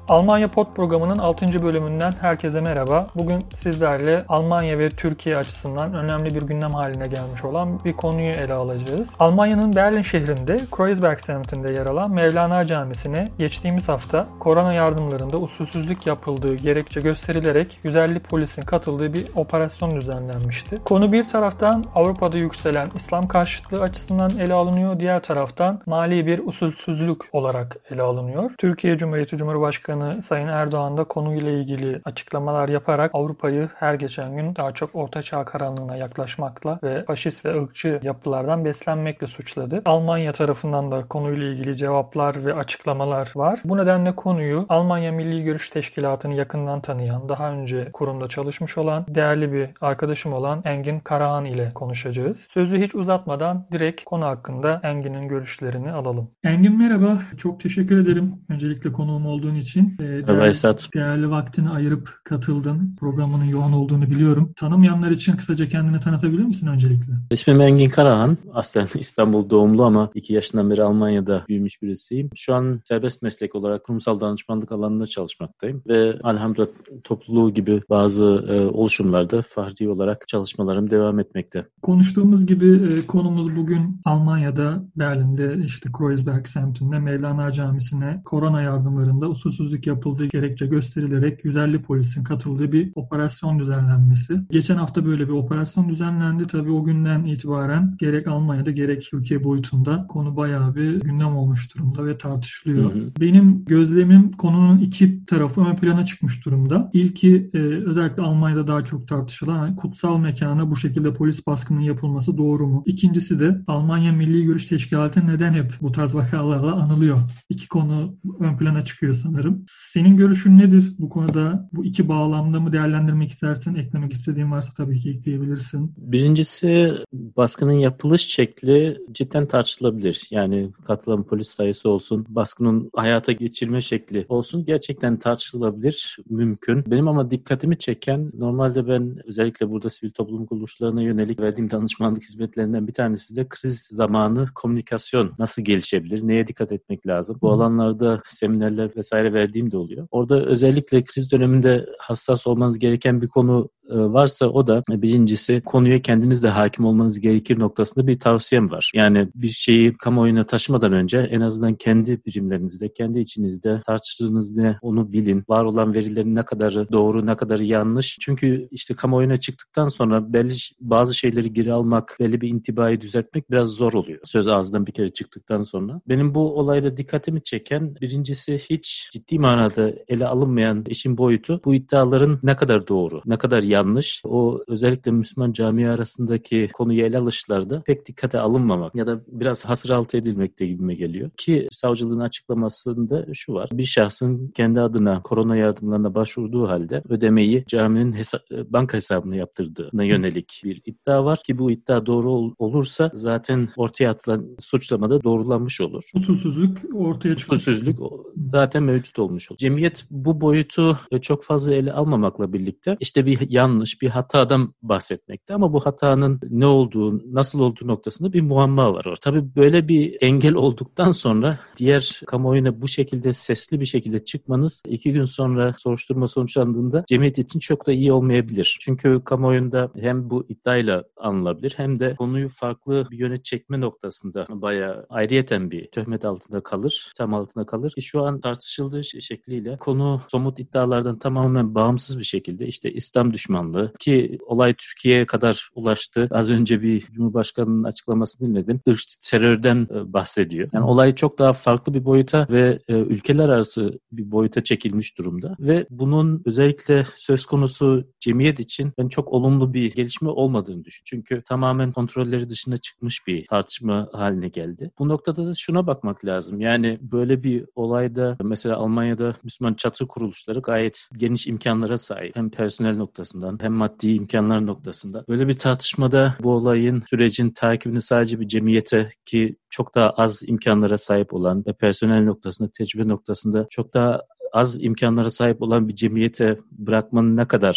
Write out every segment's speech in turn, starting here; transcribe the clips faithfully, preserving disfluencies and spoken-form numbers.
Almanya Pod programının altıncı bölümünden herkese merhaba. Bugün sizlerle Almanya ve Türkiye açısından önemli bir gündem haline gelmiş olan bir konuyu ele alacağız. Almanya'nın Berlin şehrinde Kreuzberg semtinde yer alan Mevlana Camisi'ne geçtiğimiz hafta korona yardımlarında usulsüzlük yapıldığı gerekçe gösterilerek yüz elli polisin katıldığı bir operasyon düzenlenmişti. Konu bir taraftan Avrupa'da yükselen İslam karşıtlığı açısından ele alınıyor, diğer taraftan mali bir usulsüzlük olarak ele alınıyor. Türkiye Cumhuriyeti Cumhurbaşkanı Sayın Erdoğan da konuyla ilgili açıklamalar yaparak Avrupa'yı her geçen gün daha çok ortaçağ karanlığına yaklaşmakla ve faşist ve ırkçı yapılardan beslenmekle suçladı. Almanya tarafından da konuyla ilgili cevaplar ve açıklamalar var. Bu nedenle konuyu Almanya Milli Görüş Teşkilatı'nı yakından tanıyan, daha önce kurumda çalışmış olan, değerli bir arkadaşım olan Engin Karahan ile konuşacağız. Sözü hiç uzatmadan direkt konu hakkında Engin'in görüşlerini alalım. Engin merhaba, çok teşekkür ederim öncelikle konuğum olduğun için. Merhaba Esat. Değerli vaktini ayırıp katıldın. Programının yoğun olduğunu biliyorum. Tanımayanlar için kısaca kendini tanıtabilir misin öncelikle? İsmim Engin Karahan. Aslen İstanbul doğumlu ama iki yaşından beri Almanya'da büyümüş birisiyim. Şu an serbest meslek olarak kurumsal danışmanlık alanında çalışmaktayım. Ve elhamdülillah topluluğu gibi bazı e, oluşumlarda fahri olarak çalışmalarım devam etmekte. Konuştuğumuz gibi e, konumuz bugün Almanya'da, Berlin'de işte Kreuzberg semtinde Mevlana Camisi'ne korona yardımlarında usulsüzlük yapıldığı gerekçe gösterilerek yüz elli polisin katıldığı bir operasyon düzenlenmesi. Geçen hafta böyle bir operasyon düzenlendi. Tabii o günden itibaren gerek Almanya'da gerek Türkiye boyutunda konu bayağı bir gündem olmuş durumda ve tartışılıyor. Hı hı. Benim gözlemim konunun iki tarafı ön plana çıkmış durumda. İlki e, özellikle Almanya'da daha çok tartışılan yani kutsal mekana bu şekilde polis baskının yapılması doğru mu? İkincisi de Almanya Milli Görüş Teşkilatı neden hep bu tarz vakalarla anılıyor? İki konu ön plana çıkıyor sanırım. Senin görüşün nedir bu konuda? Bu iki bağlamda mı değerlendirmek istersin? Eklemek istediğin varsa tabii ki ekleyebilirsin. Birincisi baskının yapılış şekli cidden tartışılabilir. Yani katılan polis sayısı olsun, baskının hayata geçirme şekli olsun gerçekten tartışılabilir, mümkün. Benim ama dikkatimi çeken normalde ben özellikle burada sivil toplum kuruluşlarına yönelik verdiğim danışmanlık hizmetlerinden bir tanesi de kriz zamanı komünikasyon nasıl gelişebilir, neye dikkat etmek lazım? Bu alanlarda seminerler vesaire verdiğim de oluyor. Orada özellikle kriz döneminde hassas olmanız gereken bir konu varsa o da birincisi konuya kendiniz de hakim olmanız gerekir noktasında bir tavsiyem var. Yani bir şeyi kamuoyuna taşımadan önce en azından kendi birimlerinizde, kendi içinizde tartıştığınız ne onu bilin. Var olan verilerin ne kadarı doğru, ne kadarı yanlış. Çünkü işte kamuoyuna çıktıktan sonra belli bazı şeyleri geri almak, belli bir intibayı düzeltmek biraz zor oluyor. Söz ağzından bir kere çıktıktan sonra. Benim bu olayda dikkatimi çeken birincisi hiç ciddi manada ele alınmayan işin boyutu bu iddiaların ne kadar doğru, ne kadar yanlış. yanlış. O özellikle Müslüman camii arasındaki konuyu ele alışlarda pek dikkate alınmamak ya da biraz hasır altı edilmekte gibime geliyor. Ki savcılığın açıklamasında şu var. Bir şahsın kendi adına korona yardımlarına başvurduğu halde ödemeyi caminin hesa- banka hesabına yaptırdığına yönelik bir iddia var ki bu iddia doğru ol- olursa zaten ortaya atılan suçlamada doğrulanmış olur. Usulsüzlük ortaya çıkıyor. Usulsüzlük zaten mevcut olmuş olur. Cemiyet bu boyutu çok fazla ele almamakla birlikte işte bir yan yanlış bir hatadan bahsetmekte ama bu hatanın ne olduğu, nasıl olduğu noktasında bir muamma var. Tabii böyle bir engel olduktan sonra diğer kamuoyuna bu şekilde sesli bir şekilde çıkmanız iki gün sonra soruşturma sonuçlandığında cemiyet için çok da iyi olmayabilir. Çünkü kamuoyunda hem bu iddiayla anılabilir hem de konuyu farklı bir yöne çekme noktasında bayağı ayrıyeten bir töhmet altında kalır, tam altında kalır. Ki şu an tartışıldığı şekliyle konu somut iddialardan tamamen bağımsız bir şekilde işte İslam düşmanlığı ki olay Türkiye'ye kadar ulaştı. Az önce bir Cumhurbaşkanı'nın açıklamasını dinledim. Irkçı terörden bahsediyor. Yani olay çok daha farklı bir boyuta ve ülkeler arası bir boyuta çekilmiş durumda. Ve bunun özellikle söz konusu cemiyet için ben çok olumlu bir gelişme olmadığını düşünüyorum. Çünkü tamamen kontrolleri dışına çıkmış bir tartışma haline geldi. Bu noktada da şuna bakmak lazım. Yani böyle bir olayda mesela Almanya'da Müslüman çatı kuruluşları gayet geniş imkanlara sahip. Hem personel noktasından hem maddi imkanlar noktasında. Böyle bir tartışmada bu olayın, sürecin takibini sadece bir cemiyete ki çok daha az imkanlara sahip olan ve personel noktasında, tecrübe noktasında çok daha az imkanlara sahip olan bir cemiyete bırakmanın ne kadar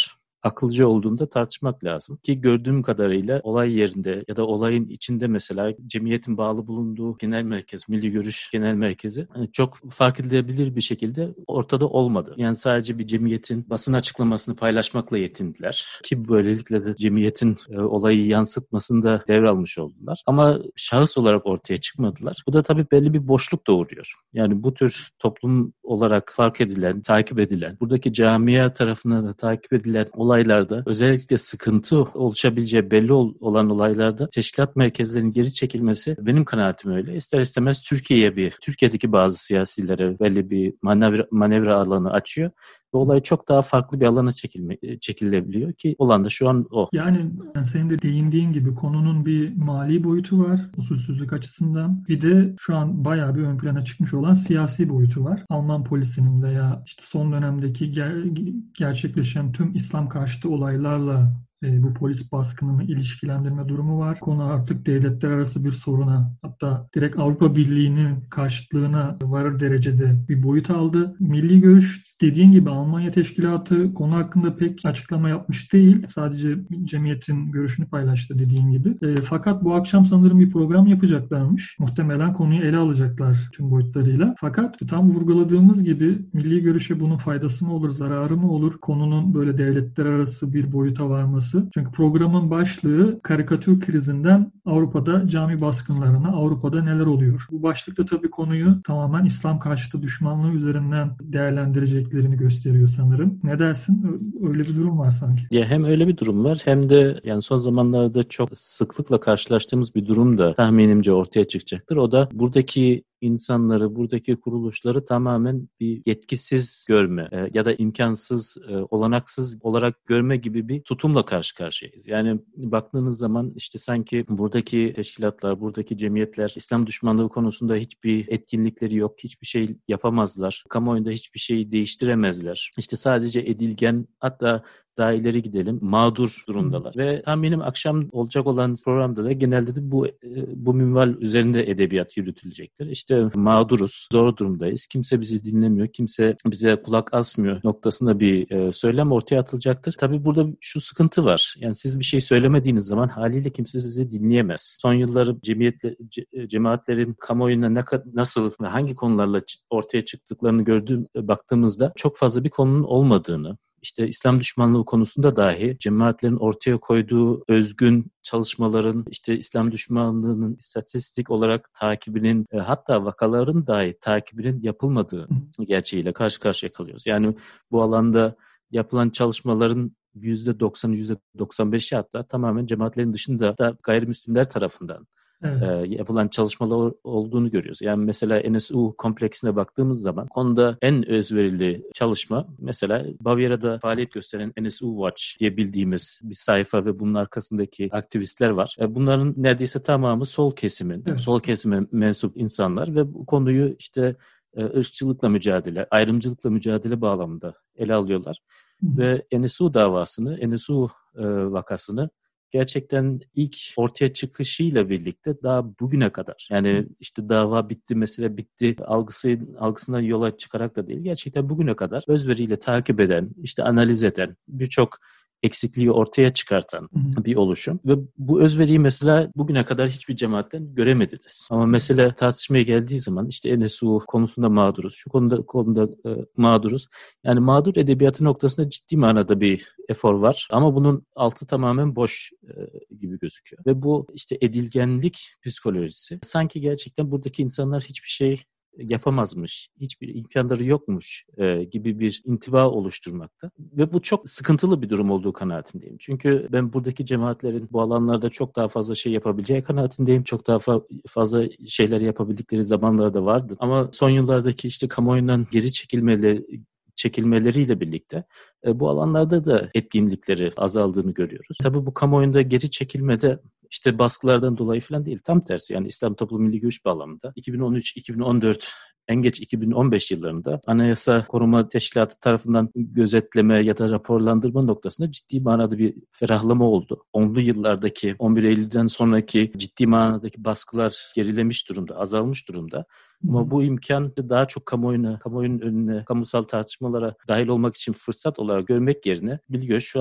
akılcı olduğunu da tartışmak lazım. Ki gördüğüm kadarıyla olay yerinde ya da olayın içinde mesela cemiyetin bağlı bulunduğu genel merkez, Milli Görüş Genel Merkezi çok fark edilebilir bir şekilde ortada olmadı. Yani sadece bir cemiyetin basın açıklamasını paylaşmakla yetindiler. Ki böylelikle de cemiyetin e, olayı yansıtmasında devralmış oldular. Ama şahıs olarak ortaya çıkmadılar. Bu da tabii belli bir boşluk doğuruyor. Yani bu tür toplum olarak fark edilen, takip edilen, buradaki camia tarafından da takip edilen olaylarda özellikle sıkıntı oluşabileceği belli ol, olan olaylarda teşkilat merkezlerinin geri çekilmesi benim kanaatim öyle. İster istemez Türkiye'ye bir, Türkiye'deki bazı siyasilere belli bir manevra, manevra alanı açıyor. Ve olay çok daha farklı bir alana çekilme, çekilebiliyor ki olan da şu an o. Yani senin de değindiğin gibi konunun bir mali boyutu var usulsüzlük açısından. Bir de şu an bayağı bir ön plana çıkmış olan siyasi boyutu var. Alman polisinin veya işte son dönemdeki ger- gerçekleşen tüm İslam karşıtı olaylarla e, bu polis baskınını ilişkilendirme durumu var. Konu artık devletler arası bir soruna, hatta direkt Avrupa Birliği'nin karşıtlığına varır derecede bir boyut aldı. Milli Görüş dediğin gibi Almanya Teşkilatı konu hakkında pek açıklama yapmış değil. Sadece cemiyetin görüşünü paylaştı dediğin gibi. E, fakat bu akşam sanırım bir program yapacaklarmış. Muhtemelen konuyu ele alacaklar tüm boyutlarıyla. Fakat tam vurguladığımız gibi Milli Görüş'e bunun faydası mı olur, zararı mı olur? Konunun böyle devletler arası bir boyuta varması. Çünkü programın başlığı karikatür krizinden Avrupa'da cami baskınlarına, Avrupa'da neler oluyor? Bu başlıkta tabii konuyu tamamen İslam karşıtı düşmanlığı üzerinden değerlendireceklerini gösteriyor sanırım. Ne dersin? Öyle bir durum var sanki. Ya hem öyle bir durum var hem de yani son zamanlarda çok sıklıkla karşılaştığımız bir durum da tahminimce ortaya çıkacaktır. O da buradaki insanları, buradaki kuruluşları tamamen bir yetkisiz görme e, ya da imkansız, e, olanaksız olarak görme gibi bir tutumla karşı karşıyayız. Yani baktığınız zaman işte sanki buradaki teşkilatlar, buradaki cemiyetler İslam düşmanlığı konusunda hiçbir etkinlikleri yok, hiçbir şey yapamazlar, kamuoyunda hiçbir şey değiştiremezler. İşte sadece edilgen, hatta daha ileri gidelim, mağdur durumdalar. Ve tahminim akşam olacak olan programda da genelde de bu bu minval üzerinde edebiyat yürütülecektir. İşte mağduruz, zor durumdayız, kimse bizi dinlemiyor, kimse bize kulak asmıyor noktasında bir e, söylem ortaya atılacaktır. Tabii burada şu sıkıntı var. Yani siz bir şey söylemediğiniz zaman haliyle kimse sizi dinleyemez. Son yılları cemiyetle, ce, cemaatlerin kamuoyuna ne, nasıl ve hangi konularla ortaya çıktıklarını gördüğüm, baktığımızda çok fazla bir konunun olmadığını, İşte İslam düşmanlığı konusunda dahi cemaatlerin ortaya koyduğu özgün çalışmaların, işte İslam düşmanlığının istatistik olarak takibinin, e, hatta vakaların dahi takibinin yapılmadığı gerçeğiyle karşı karşıya kalıyoruz. Yani bu alanda yapılan çalışmaların yüzde doksanı, yüzde doksan beşi hatta tamamen cemaatlerin dışında da gayrimüslimler tarafından Evet. E, yapılan çalışmalar olduğunu görüyoruz. Yani mesela N S U kompleksine baktığımız zaman konuda en özverili çalışma mesela Bavyera'da faaliyet gösteren N S U Watch diye bildiğimiz bir sayfa ve bunun arkasındaki aktivistler var. E, bunların neredeyse tamamı sol kesimin, evet. sol kesime mensup insanlar ve bu konuyu işte e, ırkçılıkla mücadele, ayrımcılıkla mücadele bağlamında ele alıyorlar. Hı. Ve N S U davasını, N S U e, vakasını gerçekten ilk ortaya çıkışıyla birlikte daha bugüne kadar, yani işte dava bitti, mesele bitti algısı, algısından yola çıkarak da değil, gerçekten bugüne kadar özveriyle takip eden, işte analiz eden, birçok eksikliği ortaya çıkartan Hı-hı. bir oluşum. Ve bu özveriyi mesela bugüne kadar hiçbir cemaatten göremediniz. Ama mesela tartışmaya geldiği zaman işte N S U konusunda mağduruz, şu konuda konuda e, mağduruz. Yani mağdur edebiyatı noktasında ciddi manada bir efor var. Ama bunun altı tamamen boş e, gibi gözüküyor. Ve bu işte edilgenlik psikolojisi. Sanki gerçekten buradaki insanlar hiçbir şey yapamazmış, hiçbir imkanları yokmuş e, gibi bir intiba oluşturmakta. Ve bu çok sıkıntılı bir durum olduğu kanaatindeyim. Çünkü ben buradaki cemaatlerin bu alanlarda çok daha fazla şey yapabileceği kanaatindeyim. Çok daha fa- fazla şeyler yapabildikleri zamanlar da vardır. Ama son yıllardaki işte kamuoyundan geri çekilmeleri çekilmeleriyle birlikte e, bu alanlarda da etkinlikleri azaldığını görüyoruz. Tabii bu kamuoyunda geri çekilmede işte baskılardan dolayı falan değil. Tam tersi, yani İslam Toplumu Milli Görüş bağlamında iki bin on üç iki bin on dört en geç iki bin on beş yıllarında Anayasa Koruma Teşkilatı tarafından gözetleme ya da raporlandırma noktasında ciddi manada bir ferahlama oldu. onlu yıllardaki on bir Eylül'den sonraki ciddi manadaki baskılar gerilemiş durumda, azalmış durumda. Ama bu imkan daha çok kamuoyuna, kamuoyunun önüne, kamusal tartışmalara dahil olmak için fırsat olarak görmek yerine Milli Görüş şu an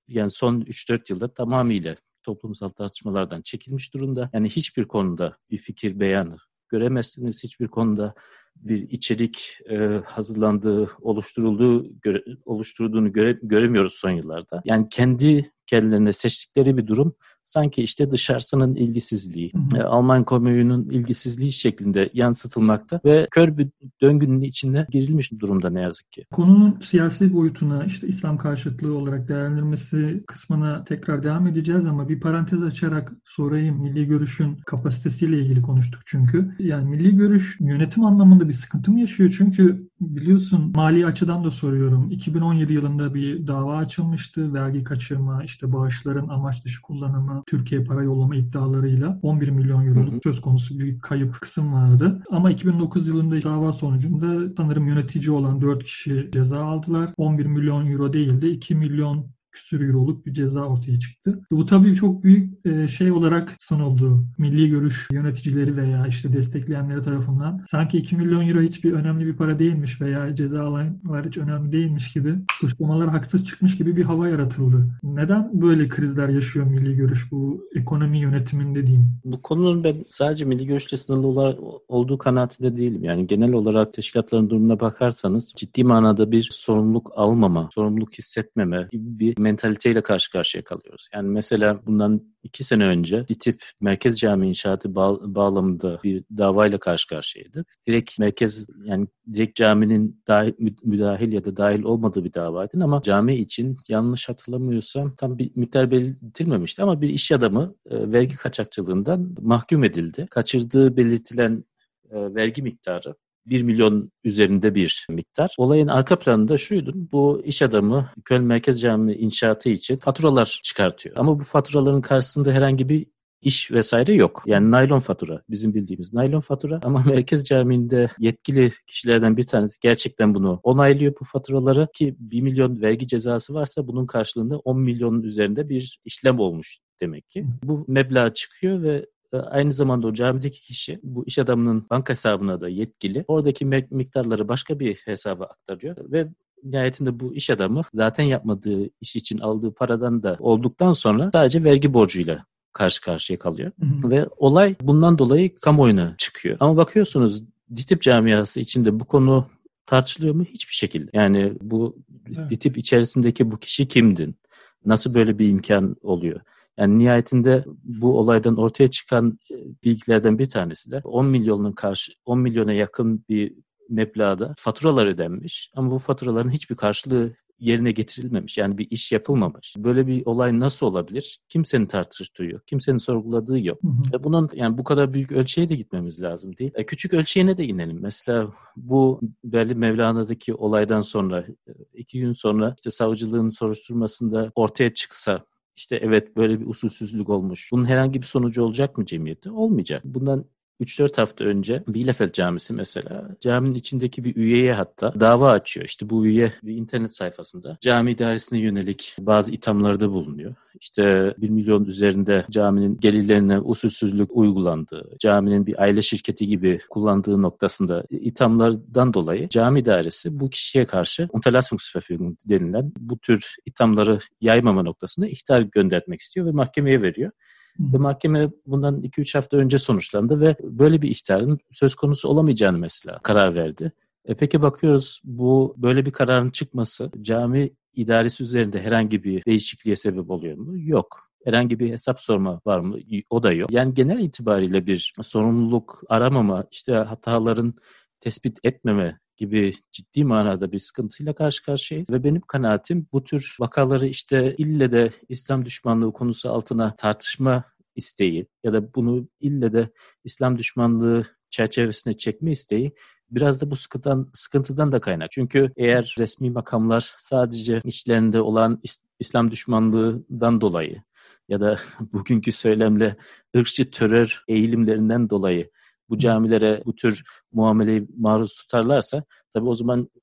yani son üç dört yılda tamamıyla toplumsal tartışmalardan çekilmiş durumda. Yani hiçbir konuda bir fikir beyanı göremezsiniz. Hiçbir konuda bir içerik e, hazırlandığı, oluşturulduğu, göre, oluşturulduğunu göre, göremiyoruz son yıllarda. Yani kendi kendilerine seçtikleri bir durum sanki işte dışarısının ilgisizliği, e, Alman kamuoyunun ilgisizliği şeklinde yansıtılmakta ve kör bir döngünün içine girilmiş durumda ne yazık ki. Konunun siyasi boyutuna, işte İslam karşıtlığı olarak değerlendirilmesi kısmına tekrar devam edeceğiz ama bir parantez açarak sorayım. Milli Görüş'ün kapasitesiyle ilgili konuştuk çünkü. Yani Milli Görüş yönetim anlamında bir sıkıntı mı yaşıyor? Çünkü biliyorsun mali açıdan da soruyorum. iki bin on yedi yılında bir dava açılmıştı. Vergi kaçırma, işte bağışların amaç dışı kullanımı, Türkiye para yollama iddialarıyla on bir milyon euroluk söz konusu bir kayıp kısım vardı. Ama iki bin dokuz yılında dava sonucunda sanırım yönetici olan dört kişi ceza aldılar. on bir milyon euro değil de iki milyon küsür euroluk bir ceza ortaya çıktı. Bu tabii çok büyük şey olarak sunuldu. Milli Görüş yöneticileri veya işte destekleyenleri tarafından. Sanki iki milyon euro hiçbir önemli bir para değilmiş veya ceza alanlar hiç önemli değilmiş gibi, suçlamalar haksız çıkmış gibi bir hava yaratıldı. Neden böyle krizler yaşıyor Milli Görüş bu ekonomi yönetiminde diyeyim? Bu konunun ben sadece Milli Görüş'le sınırlı olduğu kanaatinde değilim. Yani genel olarak teşkilatların durumuna bakarsanız ciddi manada bir sorumluluk almama, sorumluluk hissetmeme gibi bir mentaliteyle karşı karşıya kalıyoruz. Yani mesela bundan iki sene önce DİTİB Merkez Cami inşaatı bağ- bağlamında bir davayla karşı karşıyaydık. Direkt merkez, yani direkt caminin dahil, müdahil ya da dahil olmadığı bir davaydı ama cami için yanlış hatırlamıyorsam tam bir miktar belirtilmemişti ama bir iş adamı e, vergi kaçakçılığından mahkum edildi. Kaçırdığı belirtilen e, vergi miktarı bir milyon üzerinde bir miktar. Olayın arka planında şuydu. Bu iş adamı Köln Merkez Camii inşaatı için faturalar çıkartıyor. Ama bu faturaların karşısında herhangi bir iş vesaire yok. Yani naylon fatura, bizim bildiğimiz naylon fatura ama Merkez Camii'nde yetkili kişilerden bir tanesi gerçekten bunu onaylıyor, bu faturaları, ki bir milyon vergi cezası varsa bunun karşılığında on milyonun üzerinde bir işlem olmuş demek ki. Bu meblağ çıkıyor ve aynı zamanda o camideki kişi bu iş adamının banka hesabına da yetkili. Oradaki miktarları başka bir hesaba aktarıyor ve nihayetinde bu iş adamı zaten yapmadığı iş için aldığı paradan da olduktan sonra sadece vergi borcuyla karşı karşıya kalıyor. Hı hı. Ve olay bundan dolayı kamuoyuna çıkıyor. Ama bakıyorsunuz DİTİB camiası içinde bu konu tartışılıyor mu? Hiçbir şekilde. Yani bu evet. DİTİB içerisindeki bu kişi kimdi? Nasıl böyle bir imkan oluyor? Yani nihayetinde bu olaydan ortaya çıkan bilgilerden bir tanesi de on milyonun karşı on milyona yakın bir meblağda faturalar ödenmiş ama bu faturaların hiçbir karşılığı yerine getirilmemiş. Yani bir iş yapılmamış. Böyle bir olay nasıl olabilir? Kimsenin tartıştığı, kimsenin sorguladığı yok. Hı hı. E bunun, yani bu kadar büyük ölçeğe de gitmemiz lazım değil. E küçük ölçeğine de inelim. Mesela bu Berlin Mevlana'daki olaydan sonra iki gün sonra işte savcılığın soruşturmasında ortaya çıksa, İşte evet böyle bir usulsüzlük olmuş. Bunun herhangi bir sonucu olacak mı cemiyette? Olmayacak. Bundan üç dört hafta önce Bielefeld Camisi mesela caminin içindeki bir üyeye hatta dava açıyor. İşte bu üye bir internet sayfasında cami idaresine yönelik bazı ithamlarda bulunuyor. İşte bir milyon üzerinde caminin gelirlerine usulsüzlük uygulandığı, caminin bir aile şirketi gibi kullandığı noktasında ithamlardan dolayı cami idaresi bu kişiye karşı Unterlassungsverfügung denilen bu tür ithamları yaymama noktasında ihtar göndermek istiyor ve mahkemeye veriyor. Ve mahkeme bundan iki üç hafta önce sonuçlandı ve böyle bir ihtarın söz konusu olamayacağını mesela karar verdi. E peki bakıyoruz, bu böyle bir kararın çıkması cami idaresi üzerinde herhangi bir değişikliğe sebep oluyor mu? Yok. Herhangi bir hesap sorma var mı? O da yok. Yani genel itibariyle bir sorumluluk aramama, işte hataların tespit etmeme gibi ciddi manada bir sıkıntıyla karşı karşıyayız. Ve benim kanaatim bu tür vakaları işte ille de İslam düşmanlığı konusu altına tartışma isteği ya da bunu ille de İslam düşmanlığı çerçevesine çekme isteği biraz da bu sıkıntıdan, sıkıntıdan da kaynak. Çünkü eğer resmi makamlar sadece içlerinde olan İslam düşmanlığından dolayı ya da bugünkü söylemle ırkçı terör eğilimlerinden dolayı bu camilere bu tür muameleyi maruz tutarlarsa tabii o zaman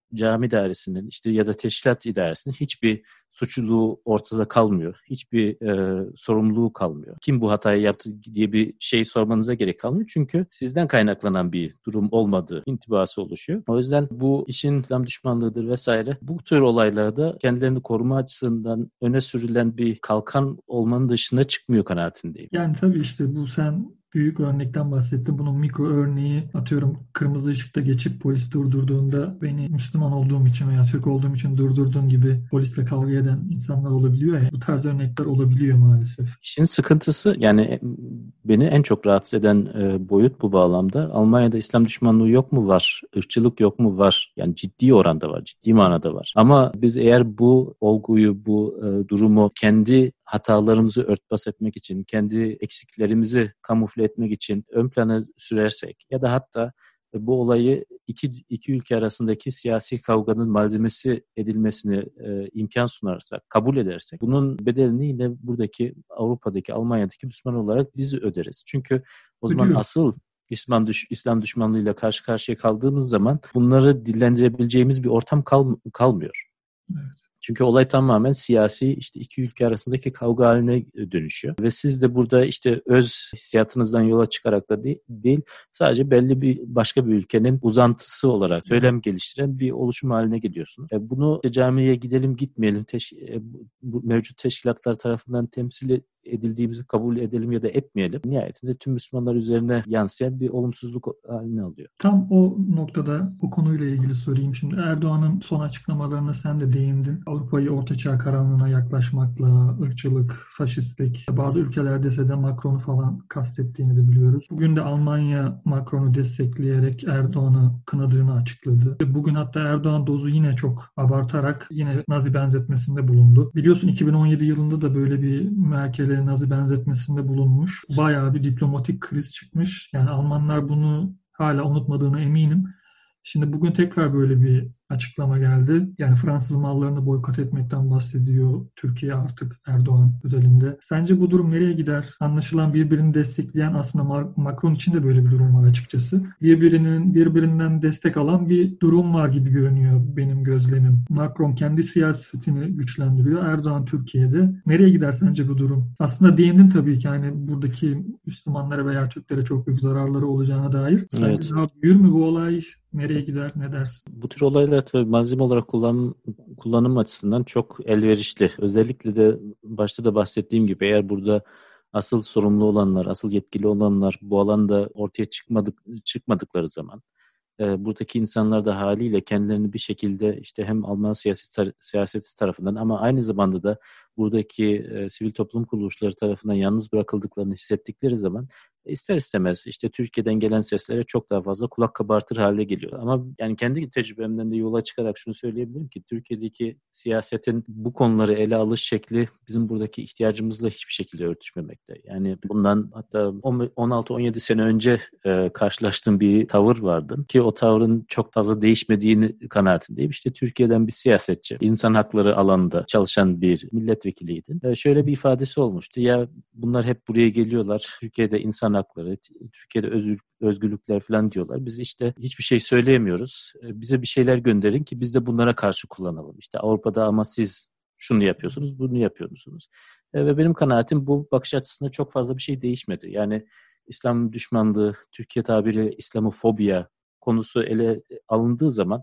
cami dairesinin işte ya da teşkilat idaresinin hiçbir suçluluğu ortada kalmıyor. Hiçbir e, sorumluluğu kalmıyor. Kim bu hatayı yaptı diye bir şey sormanıza gerek kalmıyor. Çünkü sizden kaynaklanan bir durum olmadığı intibası oluşuyor. O yüzden bu işin İslam düşmanlığıdır vesaire. Bu tür olaylarda kendilerini koruma açısından öne sürülen bir kalkan olmanın dışına çıkmıyor kanaatindeyim. Yani tabii işte bu sen büyük örnekten bahsettin. Bunun mikro örneği atıyorum kırmızı ışıkta geçip polis durdurduğunda beni Müslüman olduğum için veya Türk olduğum için durdurduğun gibi polisle kavga eden insanlar olabiliyor ya. Bu tarz örnekler olabiliyor maalesef. İşin sıkıntısı yani beni en çok rahatsız eden e, boyut bu bağlamda. Almanya'da İslam düşmanlığı yok mu? Var. Irkçılık yok mu? Var. Yani ciddi oranda var. Ciddi manada var. Ama biz eğer bu olguyu, bu e, durumu kendi hatalarımızı örtbas etmek için, kendi eksiklerimizi kamufle etmek için ön plana sürersek ya da hatta bu olayı iki, iki ülke arasındaki siyasi kavganın malzemesi edilmesini e, imkan sunarsak, kabul edersek bunun bedelini yine buradaki Avrupa'daki, Almanya'daki Müslüman olarak biz öderiz. Çünkü o zaman Ödüyor. asıl İslam, düş, İslam düşmanlığıyla karşı karşıya kaldığımız zaman bunları dillendirebileceğimiz bir ortam kal, kalmıyor. Evet. Çünkü olay tamamen siyasi işte iki ülke arasındaki kavga haline dönüşüyor. Ve siz de burada işte öz hissiyatınızdan yola çıkarak da değil, değil sadece belli bir başka bir ülkenin uzantısı olarak söylem geliştiren bir oluşum haline geliyorsunuz. E bunu işte camiye gidelim gitmeyelim teş, e, bu mevcut teşkilatlar tarafından temsil edildiğimizi kabul edelim ya da etmeyelim. Nihayetinde tüm Müslümanlar üzerine yansıyan bir olumsuzluk haline alıyor. Tam o noktada bu konuyla ilgili sorayım. Şimdi Erdoğan'ın son açıklamalarına sen de değindin. Avrupa'yı ortaçağ karanlığına yaklaşmakla, ırkçılık, faşistlik, bazı ülkelerde ise de Macron'u falan kastettiğini de biliyoruz. Bugün de Almanya Macron'u destekleyerek Erdoğan'ı kınadığını açıkladı. Bugün hatta Erdoğan dozu yine çok abartarak yine Nazi benzetmesinde bulundu. Biliyorsun iki bin on yedi yılında da böyle bir Merkel'e Nazi benzetmesinde bulunmuş. Bayağı bir diplomatik kriz çıkmış. Yani Almanlar bunu hala unutmadığına eminim. Şimdi bugün tekrar böyle bir açıklama geldi. Yani Fransız mallarını boykot etmekten bahsediyor Türkiye artık Erdoğan özelinde. Sence bu durum nereye gider? Anlaşılan birbirini destekleyen aslında Macron için de böyle bir durum var açıkçası. Birbirinin birbirinden destek alan bir durum var gibi görünüyor benim gözlemim. Macron kendi siyasetini güçlendiriyor. Erdoğan Türkiye'de. Nereye gider sence bu durum? Aslında değindin tabii ki yani buradaki Müslümanlara veya Türklere çok büyük zararları olacağına dair. Sence Evet. daha büyür mü bu olay? Nereye gider? Ne dersin? Bu tür olaylar tabii malzeme olarak kullan, kullanım açısından çok elverişli. Özellikle de başta da bahsettiğim gibi eğer burada asıl sorumlu olanlar, asıl yetkili olanlar bu alanda ortaya çıkmadık, çıkmadıkları zaman e, buradaki insanlar da haliyle kendilerini bir şekilde işte hem Alman siyaset siyaseti tarafından ama aynı zamanda da buradaki e, sivil toplum kuruluşları tarafından yalnız bırakıldıklarını hissettikleri zaman ister istemez işte Türkiye'den gelen seslere çok daha fazla kulak kabartır hale geliyor. Ama yani kendi tecrübemden de yola çıkarak şunu söyleyebilirim ki Türkiye'deki siyasetin bu konuları ele alış şekli bizim buradaki ihtiyacımızla hiçbir şekilde örtüşmemekte. Yani bundan hatta on altı on yedi sene önce e, karşılaştığım bir tavır vardı ki o tavrın çok fazla değişmediğini kanaatindeyim. İşte Türkiye'den bir siyasetçi, insan hakları alanında çalışan bir milletvekiliydi. E, şöyle bir ifadesi olmuştu. Ya bunlar hep buraya geliyorlar. Türkiye'de insan hakları, Türkiye'de özgür, özgürlükler falan diyorlar. Biz işte hiçbir şey söyleyemiyoruz. Bize bir şeyler gönderin ki biz de bunlara karşı kullanalım. İşte Avrupa'da ama siz şunu yapıyorsunuz, bunu yapıyor musunuz? Ve benim kanaatim bu bakış açısında çok fazla bir şey değişmedi. Yani İslam düşmanlığı, Türkiye tabiriyle İslamofobiya konusu ele alındığı zaman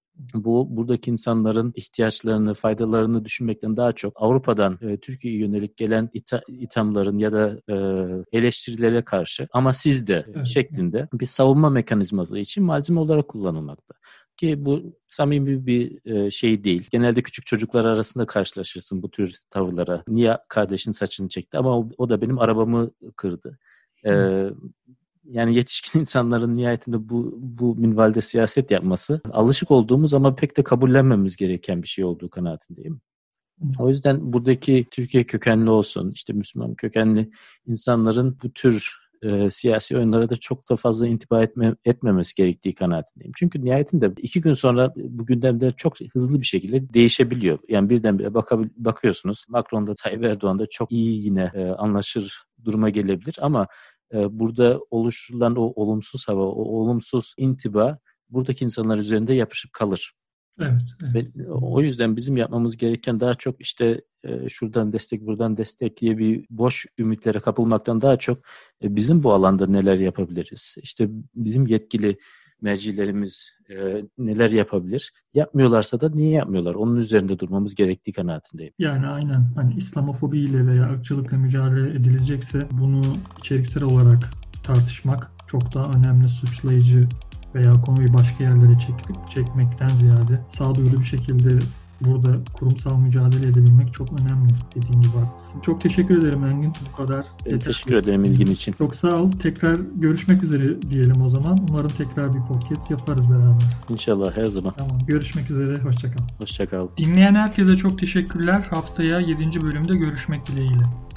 bu buradaki insanların ihtiyaçlarını, faydalarını düşünmekten daha çok Avrupa'dan e, Türkiye'ye yönelik gelen ita, ithamların ya da e, eleştirilere karşı ama siz de evet. şeklinde bir savunma mekanizması için malzeme olarak kullanılmakta. Ki bu samimi bir e, şey değil. Genelde küçük çocuklar arasında karşılaşırsın bu tür tavırlara. Niye kardeşin saçını çekti ama o, o da benim arabamı kırdı. Evet. Yani yetişkin insanların nihayetinde bu bu minvalde siyaset yapması alışık olduğumuz ama pek de kabullenmemiz gereken bir şey olduğu kanaatindeyim. O yüzden buradaki Türkiye kökenli olsun, işte Müslüman kökenli insanların bu tür e, siyasi oyunlara da çok da fazla intiba etme, etmemesi gerektiği kanaatindeyim. Çünkü nihayetinde iki gün sonra bu gündemde çok hızlı bir şekilde değişebiliyor. Yani birdenbire bakabil, bakıyorsunuz Macron'da Tayyip Erdoğan'da çok iyi yine e, anlaşır duruma gelebilir ama burada oluşturulan o olumsuz hava, o olumsuz intiba buradaki insanlar üzerinde yapışıp kalır. Evet, evet. Ve o yüzden bizim yapmamız gereken daha çok işte e, şuradan destek, buradan destek diye bir boş ümitlere kapılmaktan daha çok e, bizim bu alanda neler yapabiliriz? İşte bizim yetkili mercilerimiz e, neler yapabilir? Yapmıyorlarsa da niye yapmıyorlar? Onun üzerinde durmamız gerektiği kanaatindeyim. Yani aynen, hani İslamofobiyle veya ırkçılıkla mücadele edilecekse bunu içeriksel olarak tartışmak çok daha önemli. Suçlayıcı veya konuyu başka yerlere çek, çekmekten ziyade sağduyulu bir şekilde burada kurumsal mücadele edebilmek çok önemli. Dediğin gibi haklısın. Çok teşekkür ederim Engin. Bu kadar. E, teşekkür ederim ilgin için. Çok sağ ol. Tekrar görüşmek üzere diyelim o zaman. Umarım tekrar bir podcast yaparız beraber. İnşallah, her zaman. Tamam. Görüşmek üzere. Hoşça kal. Hoşça kal. Dinleyen herkese çok teşekkürler. Haftaya yedinci bölümde görüşmek dileğiyle.